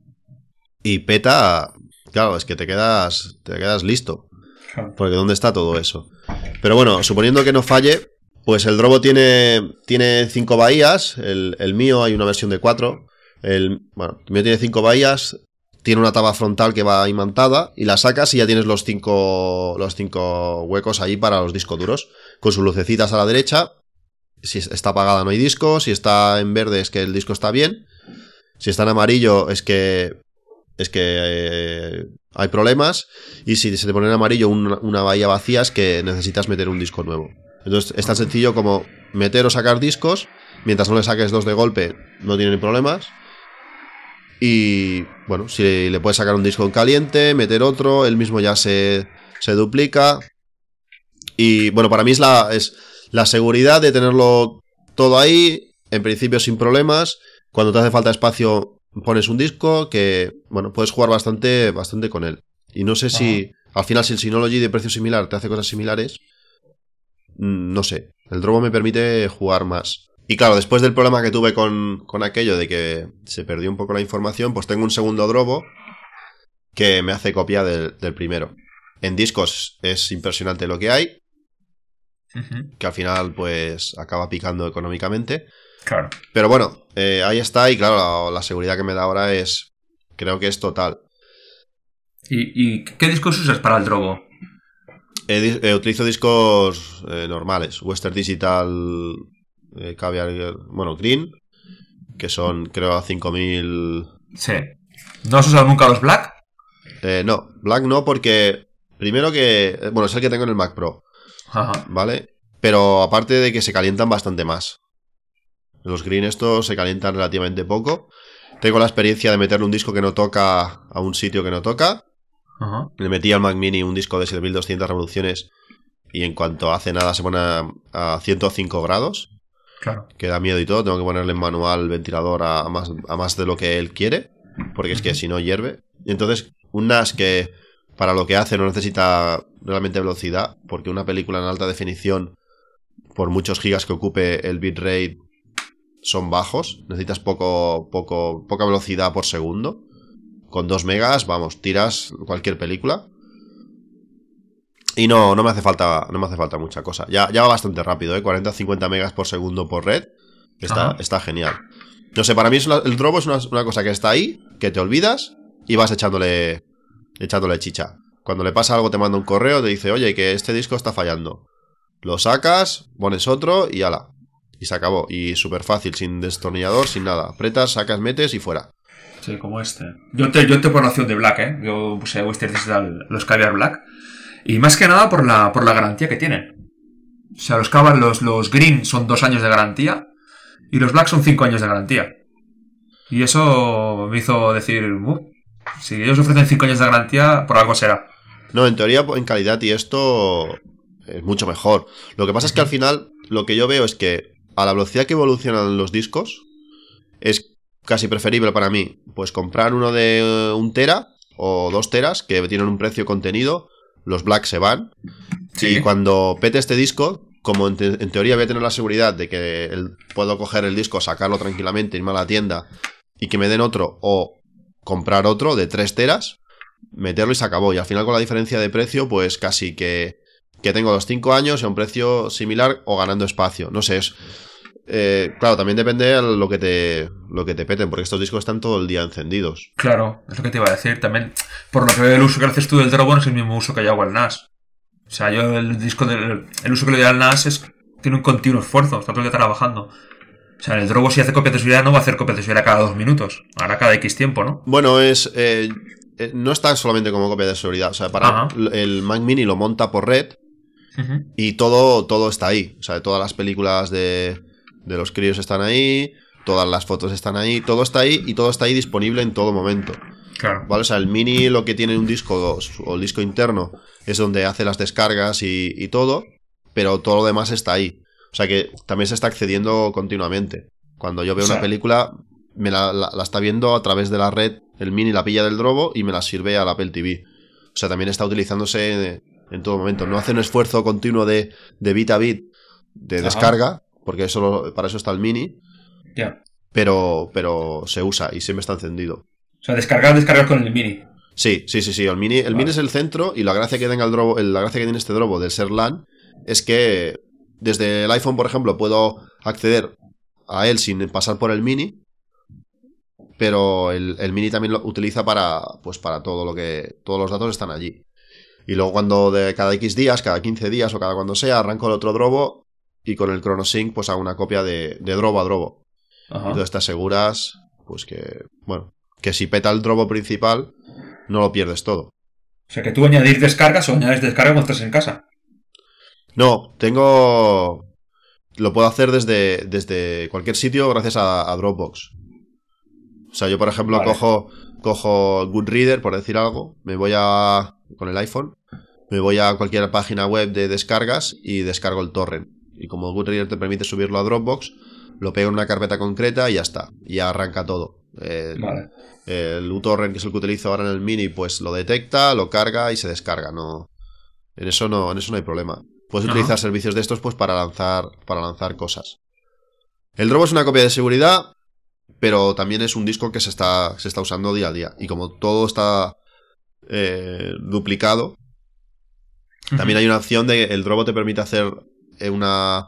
y peta, claro, es que te quedas, te quedas listo. Porque ¿dónde está todo eso? Pero bueno, suponiendo que no falle, pues el Drobo tiene tiene cinco bahías. El, el mío hay una versión de cuatro. El, bueno, el mío tiene cinco bahías. Tiene una taba frontal que va imantada. Y la sacas y ya tienes los cinco, los cinco huecos ahí para los discos duros. Con sus lucecitas a la derecha. Si está apagada no hay disco. Si está en verde es que el disco está bien. Si está en amarillo es que... Es que eh, hay problemas. Y si se te pone en amarillo una, una bahía vacía es que necesitas meter un disco nuevo. Entonces es tan sencillo como meter o sacar discos. Mientras no le saques dos de golpe no tienen problemas. Y bueno, si le puedes sacar un disco en caliente, meter otro, el mismo ya se, se duplica. Y bueno, para mí es la, es la seguridad de tenerlo todo ahí, en principio sin problemas. Cuando te hace falta espacio pones un disco que, bueno, puedes jugar bastante, bastante con él. Y no sé Ajá. si, al final, si el Synology de precio similar te hace cosas similares, no sé. El Drobo me permite jugar más. Y claro, después del problema que tuve con, con aquello de que se perdió un poco la información, pues tengo un segundo Drobo que me hace copia del, del primero. En discos es impresionante lo que hay, uh-huh. que al final, pues, acaba picando económicamente. Claro. Pero bueno, eh, ahí está y claro, la, la seguridad que me da ahora es, creo que es total. ¿Y, y qué discos usas para el Drobo? Eh, eh, utilizo discos eh, normales, Western Digital, eh, Caviar, bueno, Green, que son creo a cinco mil... Sí. ¿No has usado nunca los Black? Eh, no, Black no porque, primero que, bueno, es el que tengo en el Mac Pro, Ajá. ¿vale? Pero aparte de que se calientan bastante más. Los Green estos se calientan relativamente poco. Tengo la experiencia de meterle un disco que no toca a un sitio que no toca. Uh-huh. Le metí al Mac Mini un disco de siete mil doscientas revoluciones y en cuanto hace nada se pone a, a ciento cinco grados. Claro. Que da miedo y todo. Tengo que ponerle en manual el ventilador a, a, más, a más de lo que él quiere. Porque es que si no hierve. Y entonces un N A S que para lo que hace no necesita realmente velocidad. Porque una película en alta definición, por muchos gigas que ocupe el bitrate, son bajos, necesitas poco, poco, poca velocidad por segundo. Con dos megas, vamos, tiras cualquier película. Y no, no me hace falta, no me hace falta mucha cosa. Ya, ya va bastante rápido, ¿eh? cuarenta a cincuenta megas por segundo por red. Está, está genial. No sé, para mí es una, el Drobo es una, una cosa que está ahí, que te olvidas, y vas echándole, echándole chicha. Cuando le pasa algo te manda un correo, te dice, oye, que este disco está fallando. Lo sacas, pones otro y ala. Y se acabó. Y súper fácil, sin destornillador, sin nada. Apretas, sacas, metes y fuera. Sí, como este. Yo te, yo te por la opción de Black, ¿eh? Yo puse Western Digital, los Caviar Black. Y más que nada por la, por la garantía que tienen. O sea, los Caviar, los, los Green son dos años de garantía. Y los Black son cinco años de garantía. Y eso me hizo decir, uh, si ellos ofrecen cinco años de garantía, por algo será. No, en teoría, en calidad y esto es mucho mejor. Lo que pasa es que al final, lo que yo veo es que a la velocidad que evolucionan los discos, es casi preferible para mí, pues comprar uno de un tera o dos teras que tienen un precio contenido, los Black se van, sí. Y cuando pete este disco, como en, te en teoría voy a tener la seguridad de que el, puedo coger el disco, sacarlo tranquilamente, irme a la tienda y que me den otro, o comprar otro de tres teras, meterlo y se acabó. Y al final con la diferencia de precio, pues casi que, que tengo los cinco años a un precio similar o ganando espacio. No sé, es... Eh, claro, también depende de lo que te lo que te peten, porque estos discos están todo el día encendidos. Claro, es lo que te iba a decir. También, por lo que veo, el uso que haces tú del Drobo no es el mismo uso que yo hago al N A S. O sea, yo el disco del el uso que le doy al N A S es tiene un continuo esfuerzo, está todo el día trabajando. O sea, en el Drobo si hace copias de seguridad no va a hacer copias de seguridad cada dos minutos, hará cada X tiempo, ¿no? Bueno, es eh, eh, no está solamente como copia de seguridad, o sea, para Ajá. el Mac Mini lo monta por red uh-huh. y todo todo está ahí, o sea, todas las películas de de los críos están ahí, todas las fotos están ahí, todo está ahí y todo está ahí disponible en todo momento. Claro. ¿Vale? O sea, el Mini lo que tiene un disco o el disco interno es donde hace las descargas y, y todo, pero todo lo demás está ahí. O sea que también se está accediendo continuamente. Cuando yo veo o sea, una película, me la, la, la está viendo a través de la red, el Mini la pilla del Drobo y me la sirve a la Apple T V. O sea, también está utilizándose en, en todo momento. No hace un esfuerzo continuo de, de bit a bit de Ajá. descarga, porque eso lo, para eso está el Mini. Ya. Yeah. Pero, pero se usa y siempre está encendido. O sea, descargar, descargar con el Mini. Sí, sí, sí, sí. El Mini, el vale. Mini es el centro y la gracia que tenga el Drobo, la gracia que tiene este Drobo del ser LAN es que desde el iPhone, por ejemplo, puedo acceder a él sin pasar por el Mini, pero el, el Mini también lo utiliza para, pues para todo lo que, todos los datos están allí. Y luego cuando de cada X días, cada quince días o cada cuando sea, arranco el otro Drobo y con el ChronoSync pues hago una copia de, de Drobo a Drobo. Ajá. Y entonces te aseguras, pues que, bueno, que si peta el Drobo principal, no lo pierdes todo. O sea, que tú añadir descargas o añades descarga cuando estás en casa. No, tengo... Lo puedo hacer desde, desde cualquier sitio gracias a, a Dropbox. O sea, yo por ejemplo vale. cojo, cojo Goodreader, por decir algo, me voy a... con el iPhone, me voy a cualquier página web de descargas y descargo el torrent. Y como Goodreader te permite subirlo a Dropbox, lo pego en una carpeta concreta y ya está. Y ya arranca todo. El, vale. el uTorrent, que es el que utilizo ahora en el Mini, pues lo detecta, lo carga y se descarga. No, en eso no, en eso no hay problema. Puedes uh-huh. utilizar servicios de estos pues para lanzar, para lanzar cosas. El Drobo es una copia de seguridad, pero también es un disco que se está, se está usando día a día. Y como todo está eh, duplicado, uh-huh. también hay una opción de el Drobo te permite hacer una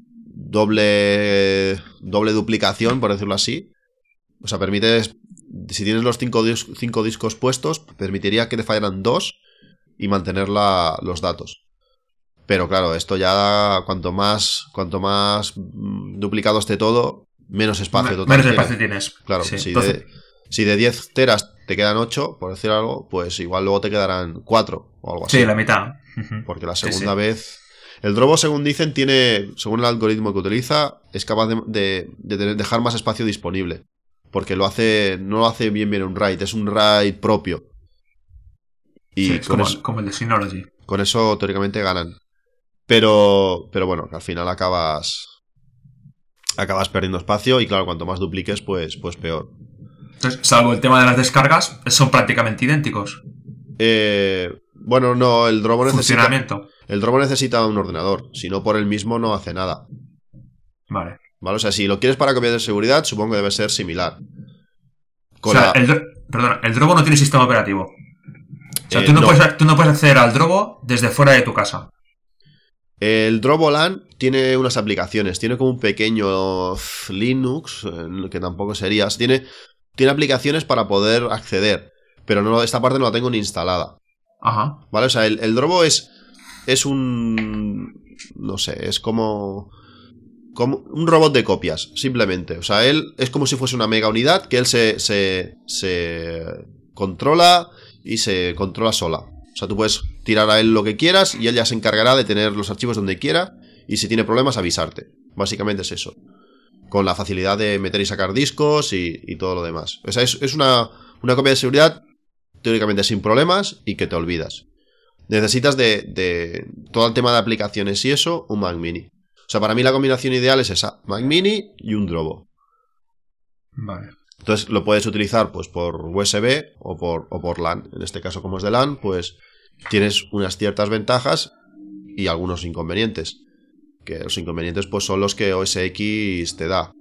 doble doble duplicación, por decirlo así. O sea, permite, si tienes los cinco, dis cinco discos puestos, permitiría que te fallaran dos y mantener la, los datos. Pero claro, esto ya cuanto más cuanto más duplicado esté todo, menos espacio total menos espacio tienes. Claro, sí, si, entonces... de, si de diez teras te quedan ocho, por decir algo, pues igual luego te quedarán cuatro o algo así. Sí, la mitad. Porque la segunda sí, sí. vez... El Drobo, según dicen, tiene, según el algoritmo que utiliza, es capaz de, de, de dejar más espacio disponible. Porque lo hace, no lo hace bien bien un RAID, es un RAID propio. Y sí, con como, eso, como el de Synology. Con eso teóricamente ganan. Pero, pero bueno, al final acabas acabas perdiendo espacio y claro, cuanto más dupliques, pues, pues peor. Entonces, salvo el tema de las descargas, son prácticamente idénticos. Eh, bueno, no, el Drobo necesita... Funcionamiento. El Drobo necesita un ordenador, si no por él mismo no hace nada. Vale. Vale, o sea, si lo quieres para copias de seguridad, supongo que debe ser similar. Con o sea, la... el, perdona, el Drobo no tiene sistema operativo. O sea, eh, tú, no no. Puedes, tú no puedes acceder al Drobo desde fuera de tu casa. El Drobo LAN tiene unas aplicaciones, tiene como un pequeño Linux, que tampoco sería, tiene, tiene aplicaciones para poder acceder, pero no esta parte no la tengo ni instalada. Ajá. ¿Vale? O sea, el, el Drobo es, es un... no sé, es como... como un robot de copias, simplemente. O sea, él es como si fuese una mega unidad que él se, se, se controla y se controla sola. O sea, tú puedes tirar a él lo que quieras y él ya se encargará de tener los archivos donde quiera y si tiene problemas avisarte. Básicamente es eso. Con la facilidad de meter y sacar discos y, y todo lo demás. O sea, es, es una, una copia de seguridad teóricamente sin problemas y que te olvidas. Necesitas de, de todo el tema de aplicaciones y eso, un Mac Mini. O sea, para mí la combinación ideal es esa, Mac Mini y un Drobo. Vale. Entonces lo puedes utilizar pues por U S B o por, o por LAN. En este caso, como es de LAN, pues tienes unas ciertas ventajas y algunos inconvenientes. Que los inconvenientes pues son los que O S X te da.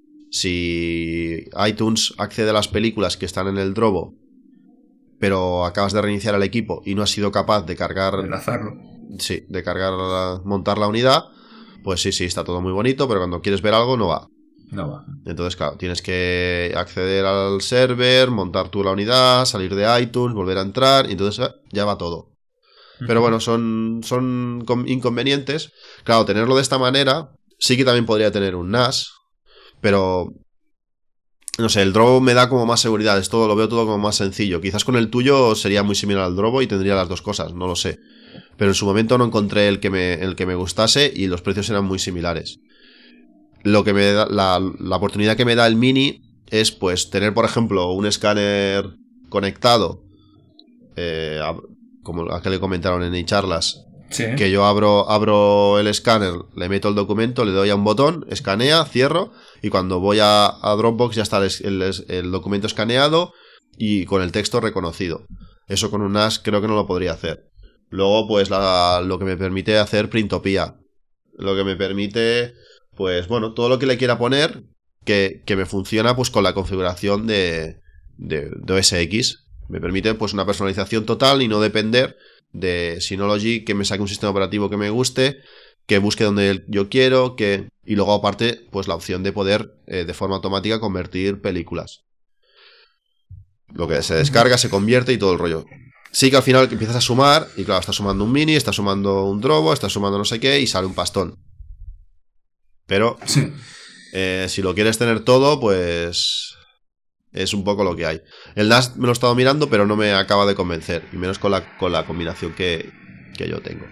Si iTunes accede a las películas que están en el Drobo, pero acabas de reiniciar el equipo y no has sido capaz de cargar... Enlazarlo. Sí, de cargar, montar la unidad, pues sí, sí, está todo muy bonito, pero cuando quieres ver algo no va. No va. Entonces, claro, tienes que acceder al server, montar tú la unidad, salir de iTunes, volver a entrar, y entonces ya va todo. Pero bueno, son, son inconvenientes. Claro, tenerlo de esta manera, sí que también podría tener un N A S, pero... no sé, el Drobo me da como más seguridad, es todo, lo veo todo como más sencillo. Quizás con el tuyo sería muy similar al Drobo y tendría las dos cosas, no lo sé. Pero en su momento no encontré el que me, el que me gustase y los precios eran muy similares. Lo que me da, la, la oportunidad que me da el Mini es pues tener, por ejemplo, un escáner conectado, eh, a, como a que le comentaron en charlas. Sí. Que yo abro, abro el escáner, le meto el documento, le doy a un botón, escanea, cierro, y cuando voy a, a Dropbox ya está el, el, el documento escaneado y con el texto reconocido. Eso con un N A S creo que no lo podría hacer. Luego, pues la, lo que me permite hacer printopía. Lo que me permite, pues bueno, todo lo que le quiera poner que, que me funciona pues con la configuración de, de, de O S X. Me permite pues una personalización total y no depender de Synology, que me saque un sistema operativo que me guste, que busque donde yo quiero, que y luego aparte pues la opción de poder eh, de forma automática convertir películas. Lo que se descarga, se convierte y todo el rollo. Sí que al final empiezas a sumar y claro, estás sumando un Mini, estás sumando un Drobo, estás sumando no sé qué y sale un pastón. Pero sí. eh, si lo quieres tener todo, pues es un poco lo que hay. El N A S me lo he estado mirando, pero no me acaba de convencer. Y menos con la, con la combinación que, que yo tengo.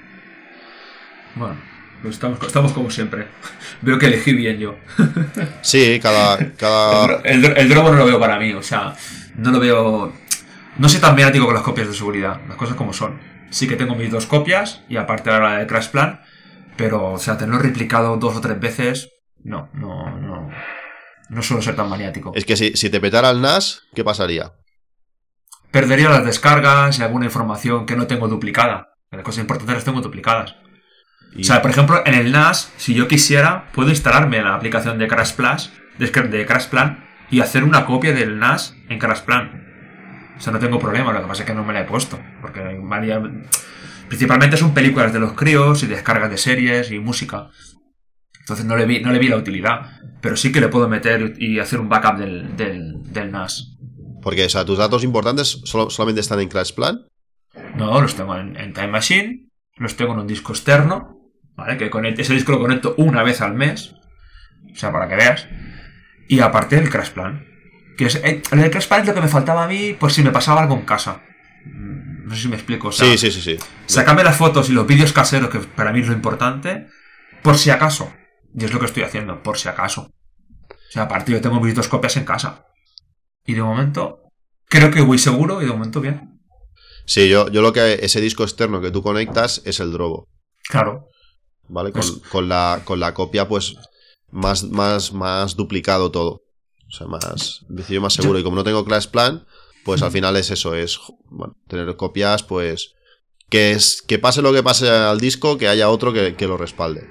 Bueno, pues estamos, estamos como siempre. Veo que elegí bien yo. Sí, cada... cada... El, el, el Drobo no lo veo para mí, o sea, no lo veo... No soy tan mediático con las copias de seguridad, las cosas como son. Sí que tengo mis dos copias, y aparte ahora la de Crash Plan, pero, o sea, tenerlo replicado dos o tres veces, no, no, no... No suelo ser tan maniático. Es que si, si te petara el N A S, ¿qué pasaría? Perdería las descargas y alguna información que no tengo duplicada. Las cosas importantes las tengo duplicadas. Y... O sea, por ejemplo, en el N A S, si yo quisiera, puedo instalarme la aplicación de Crash Plus, de Crash Plan, y hacer una copia del N A S en Crash Plan. O sea, no tengo problema, lo que pasa es que no me la he puesto. Porque varía... principalmente son películas de los críos y descargas de series y música. Entonces no le vi, no le vi la utilidad. Pero sí que le puedo meter y hacer un backup del, del, del N A S. Porque, o sea, tus datos importantes solo, solamente están en Crash Plan. No, los tengo en, en Time Machine, los tengo en un disco externo, ¿vale? Que conecto, ese disco lo conecto una vez al mes. O sea, para que veas. Y aparte el Crash Plan. Que es, eh, el Crash Plan es lo que me faltaba a mí por si me pasaba algo en casa. No sé si me explico. O sea, sí, sí, sí, sí. Sacarme las fotos y los vídeos caseros, que para mí es lo importante, por si acaso. Y es lo que estoy haciendo, por si acaso. O sea, aparte yo tengo mis dos copias en casa. Y de momento, creo que voy seguro y de momento bien. Sí, yo, yo lo que... Ese disco externo que tú conectas es el Drobo. Claro. ¿Vale? Pues... Con, con, la, con la copia, pues, más, más, más duplicado todo. O sea, más... Yo más seguro. Yo... Y como no tengo Crash Plan, pues mm. al final es eso, es... Bueno, tener copias, pues... Que, es, que pase lo que pase al disco, que haya otro que, que lo respalde.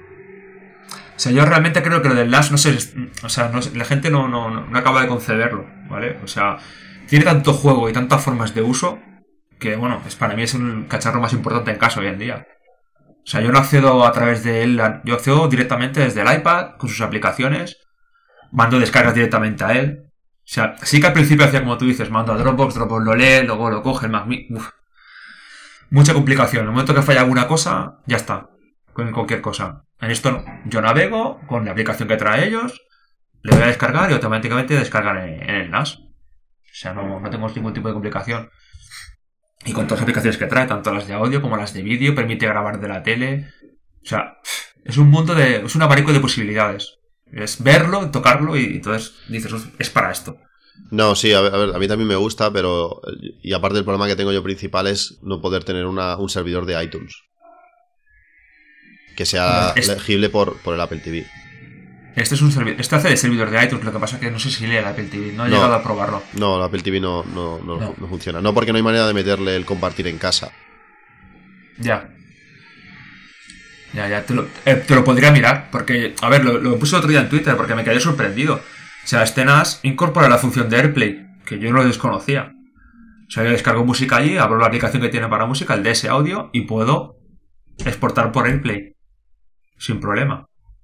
O sea, yo realmente creo que lo del N A S, no sé, o sea, no, la gente no, no, no acaba de conceberlo, ¿vale? O sea, tiene tanto juego y tantas formas de uso que, bueno, es, para mí es el cacharro más importante en casa hoy en día. O sea, yo no accedo a través de él, yo accedo directamente desde el iPad, con sus aplicaciones, mando descargas directamente a él. O sea, sí que al principio hacía como tú dices, mando a Dropbox, Dropbox lo lee, luego lo coge el Mac Mini. Uf. Mucha complicación. En el momento que falla alguna cosa, ya está. Con cualquier cosa. En esto no. Yo navego con la aplicación que trae ellos, le doy a descargar y automáticamente descargan en, en el N A S. O sea, no, no tengo ningún tipo de complicación. Y con todas las aplicaciones que trae, tanto las de audio como las de vídeo, permite grabar de la tele. O sea, es un mundo de... es un abanico de posibilidades. Es verlo, tocarlo y entonces dices, es para esto. No, sí, a ver, a ver, a mí también me gusta, pero... Y aparte el problema que tengo yo principal es no poder tener una, un servidor de iTunes. Que sea Es- legible por, por el Apple T V. Este es un servidor, este hace de servidor de iTunes, lo que pasa es que no sé si lee el Apple T V, no he No. llegado a probarlo. No, el Apple T V no, no, no, No. no funciona. No, porque no hay manera de meterle el compartir en casa. Ya. Ya, ya, te lo, eh, te lo podría mirar, porque, a ver, lo, lo puse otro día en Twitter, porque me quedé sorprendido. O sea, este N A S incorpora la función de AirPlay, que yo no lo desconocía. O sea, yo descargo música allí, abro la aplicación que tiene para música, el D S Audio, y puedo exportar por AirPlay. Sin problema.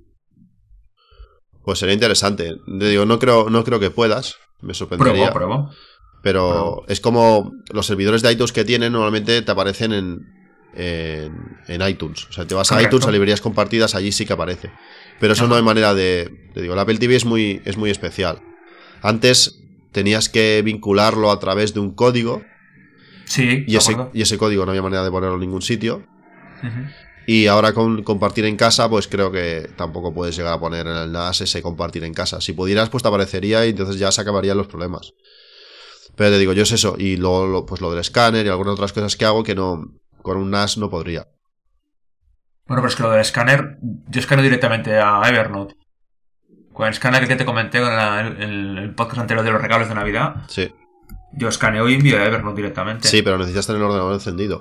Pues sería interesante. Te digo, no creo, no creo que puedas. Me sorprendería. Pruebo, pruebo. Pero Pruebo. es como los servidores de iTunes que tienen normalmente te aparecen en, en, en iTunes. O sea, te vas a Correcto. iTunes, a librerías compartidas, allí sí que aparece. Pero eso Ajá. no hay manera de... Te digo, el Apple T V es muy, es muy especial. Antes tenías que vincularlo a través de un código Sí, y de ese, acuerdo. y ese código no había manera de ponerlo en ningún sitio. Ujú. Y ahora con compartir en casa, pues creo que tampoco puedes llegar a poner en el N A S ese compartir en casa. Si pudieras, pues te aparecería y entonces ya se acabarían los problemas. Pero te digo, yo es eso. Y luego lo, pues lo del escáner y algunas otras cosas que hago que no con un N A S no podría. Bueno, pero es que lo del escáner, yo escaneo directamente a Evernote. Con el escáner que te comenté en la- en el podcast anterior de los regalos de Navidad, Sí. yo escaneo y envío a Evernote directamente. Sí, pero necesitas tener el ordenador encendido.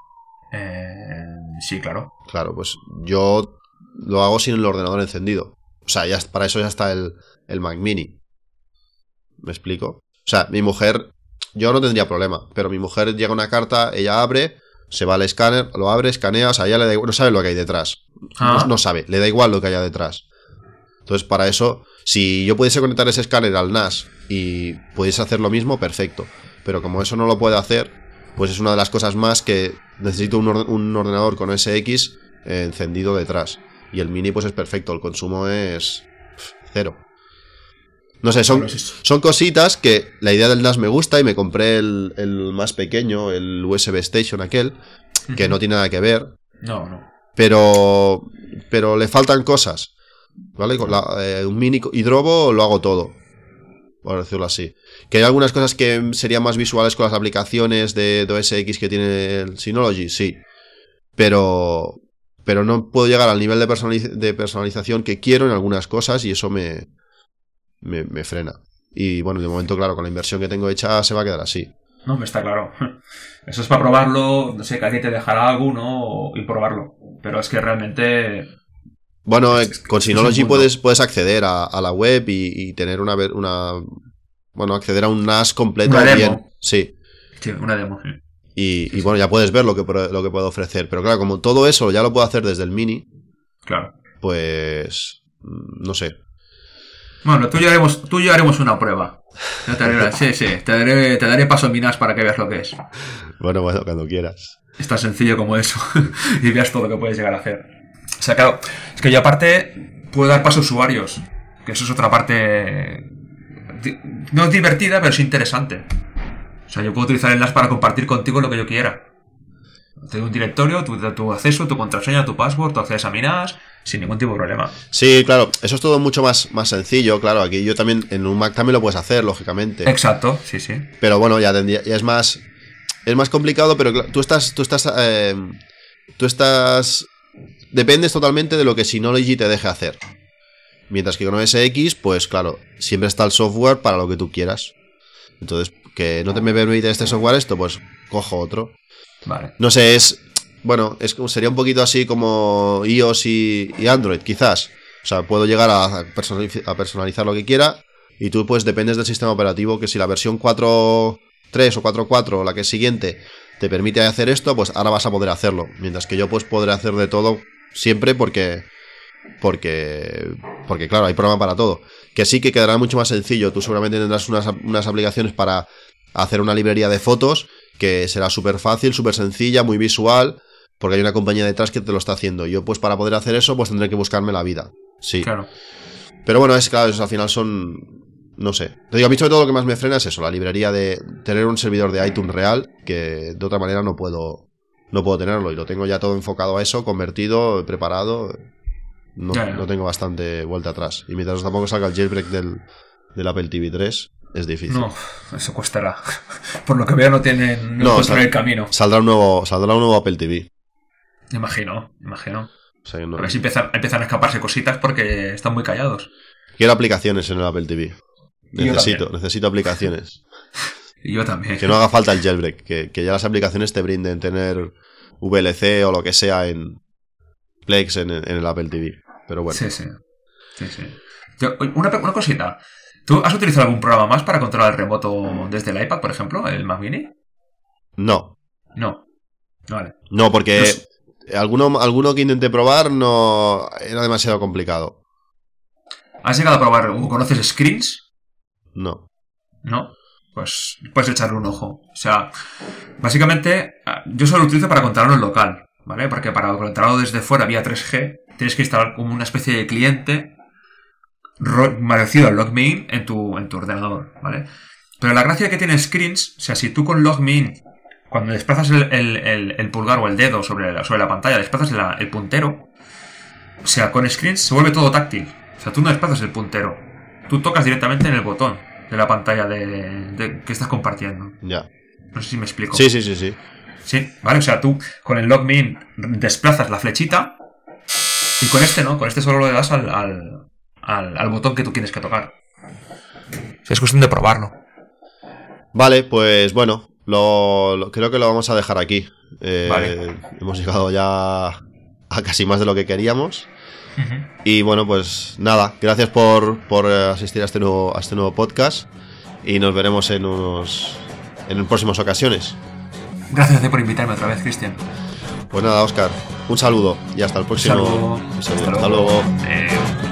Eh, sí, claro. Claro, pues yo lo hago sin el ordenador encendido. O sea, ya para eso ya está el, el Mac Mini. ¿Me explico? O sea, mi mujer, yo no tendría problema, pero mi mujer llega una carta, ella abre, se va al escáner, lo abre, escanea, o sea, ella le da igual, no sabe lo que hay detrás. Ah. No, no sabe, le da igual lo que haya detrás. Entonces, para eso, si yo pudiese conectar ese escáner al N A S y pudiese hacer lo mismo, perfecto. Pero como eso no lo puede hacer, pues es una de las cosas más que necesito un, or- un ordenador con O S X eh, encendido detrás. Y el Mini pues es perfecto, el consumo es pf, cero. No sé, son, Bueno, es eso. son cositas que la idea del N A S me gusta y me compré el, el más pequeño, el U S B Station aquel, que no tiene nada que ver, No, no. pero pero le faltan cosas, ¿vale? Con la- eh, un Mini y Drobo lo hago todo, por decirlo así. Que hay algunas cosas que serían más visuales con las aplicaciones de, de O S X que tiene el Synology, sí. Pero pero no puedo llegar al nivel de, personaliz- de personalización que quiero en algunas cosas y eso me, me, me frena. Y bueno, de momento, claro, con la inversión que tengo hecha se va a quedar así. No, me está claro. Eso es para probarlo, no sé, que alguien te dejará algo, ¿no? Y probarlo. Pero es que realmente... Bueno, Es- eh, es que con es un Synology mundo. puedes, puedes acceder a, a la web y, y tener una, ver- una... Bueno, acceder a un N A S completo Una demo. bien. Sí. Sí, una demo. Y, y bueno, ya puedes ver lo que, pro- lo que puedo ofrecer. Pero claro, como todo eso ya lo puedo hacer desde el Mini, Claro. pues... mm, no sé. Bueno, tú y yo haremos, tú y yo haremos una prueba. Yo te haré- sí, sí, te daré, te daré paso en Minas para que veas lo que es. Bueno, bueno, cuando quieras. Es tan sencillo como eso. Y veas todo lo que puedes llegar a hacer. O sea, claro, es que yo aparte puedo dar paso a usuarios. Que eso es otra parte... di- No es divertida, pero es interesante. O sea, yo puedo utilizar el N A S para compartir contigo lo que yo quiera. Te doy un directorio, tu, tu acceso, tu contraseña, tu password, tu acceso a mi N A S, sin ningún tipo de problema. Sí, claro, eso es todo mucho más, más sencillo. Claro, aquí yo también, en un Mac también lo puedes hacer, lógicamente. Exacto, sí, sí. Pero bueno, ya, tendría, ya es más... Es más complicado, pero cla- tú estás... Tú estás... eh, tú estás... Dependes totalmente de lo que Synology te deje hacer. Mientras que con O S X, pues claro, siempre está el software para lo que tú quieras. Entonces, que no te me permite este software esto, pues cojo otro. Vale. No sé, es... Bueno, es como sería un poquito así como iOS y, y Android, quizás. O sea, puedo llegar a personaliz- a personalizar lo que quiera y tú pues dependes del sistema operativo, que si la versión cuatro punto tres o cuatro punto cuatro o la que es siguiente te permite hacer esto, pues ahora vas a poder hacerlo. Mientras que yo pues podré hacer de todo siempre porque porque, porque claro, hay programa para todo. Que sí que quedará mucho más sencillo. Tú seguramente tendrás unas, unas aplicaciones para hacer una librería de fotos que será súper fácil, súper sencilla, muy visual, porque hay una compañía detrás que te lo está haciendo. Yo, pues, para poder hacer eso, pues tendré que buscarme la vida. Sí. Claro. Pero bueno, es claro, al final son... No sé. Te digo, a mí sobre todo lo que más me frena es eso, la librería de tener un servidor de iTunes real, que de otra manera no puedo no puedo tenerlo. Y lo tengo ya todo enfocado a eso, convertido, preparado. No, Ya, ya. no tengo bastante vuelta atrás. Y mientras tampoco salga el jailbreak del, del Apple T V tres, es difícil. No, eso costará. Por lo que veo no tienen no, No, encuentran sal- el camino. Saldrá un nuevo, saldrá un nuevo Apple T V. Me imagino, me imagino. O sea, que no- A ver si empiezan, empiezan a escaparse cositas porque están muy callados. Quiero aplicaciones en el Apple T V. Y yo Necesito, también. necesito aplicaciones. Y yo también. Que no haga falta el jailbreak, que, que ya las aplicaciones te brinden tener V L C o lo que sea en Plex en, en el Apple T V. Pero bueno. Sí, sí. sí, sí. Yo, oye, una, una cosita. ¿Tú has utilizado algún programa más para controlar el remoto desde el iPad, por ejemplo? ¿El Mac Mini? No, No. Vale. no, porque Pues- alguno, alguno que intenté probar no era demasiado complicado. ¿Has llegado a probar o conoces Screens? No. ¿No? Pues puedes echarle un ojo. O sea, básicamente, ah, yo solo lo utilizo para controlarlo en local, ¿vale? Porque para controlarlo desde fuera vía tres G, tienes que instalar como una especie de cliente ro- parecido al LogMeIn en tu, en tu ordenador, ¿vale? Pero la gracia que tiene Screens, o sea, si tú con LogMeIn, cuando desplazas el, el- el- el pulgar o el dedo sobre la, sobre la pantalla, desplazas la- el puntero, o sea, con Screens se vuelve todo táctil. O sea, tú no desplazas el puntero. Tú tocas directamente en el botón de la pantalla de, de- que estás compartiendo. Ya. No sé si me explico. Sí, sí, sí, sí. Sí, ¿vale? O sea, tú con el LogMeIn desplazas la flechita y con este no, con este solo le das al, al, al, al botón que tú tienes que tocar. Es cuestión de probarlo. Vale, pues bueno, lo, lo- creo que lo vamos a dejar aquí. Eh, Vale. Hemos llegado ya a casi más de lo que queríamos. Y bueno, pues nada, gracias por, por eh, asistir a este nuevo, a este nuevo podcast. Y nos veremos en unos en próximas ocasiones. Gracias a ti por invitarme otra vez, Cristian. Pues nada, Óscar, un saludo y hasta el próximo Saludo. episodio. Hasta luego. Eh,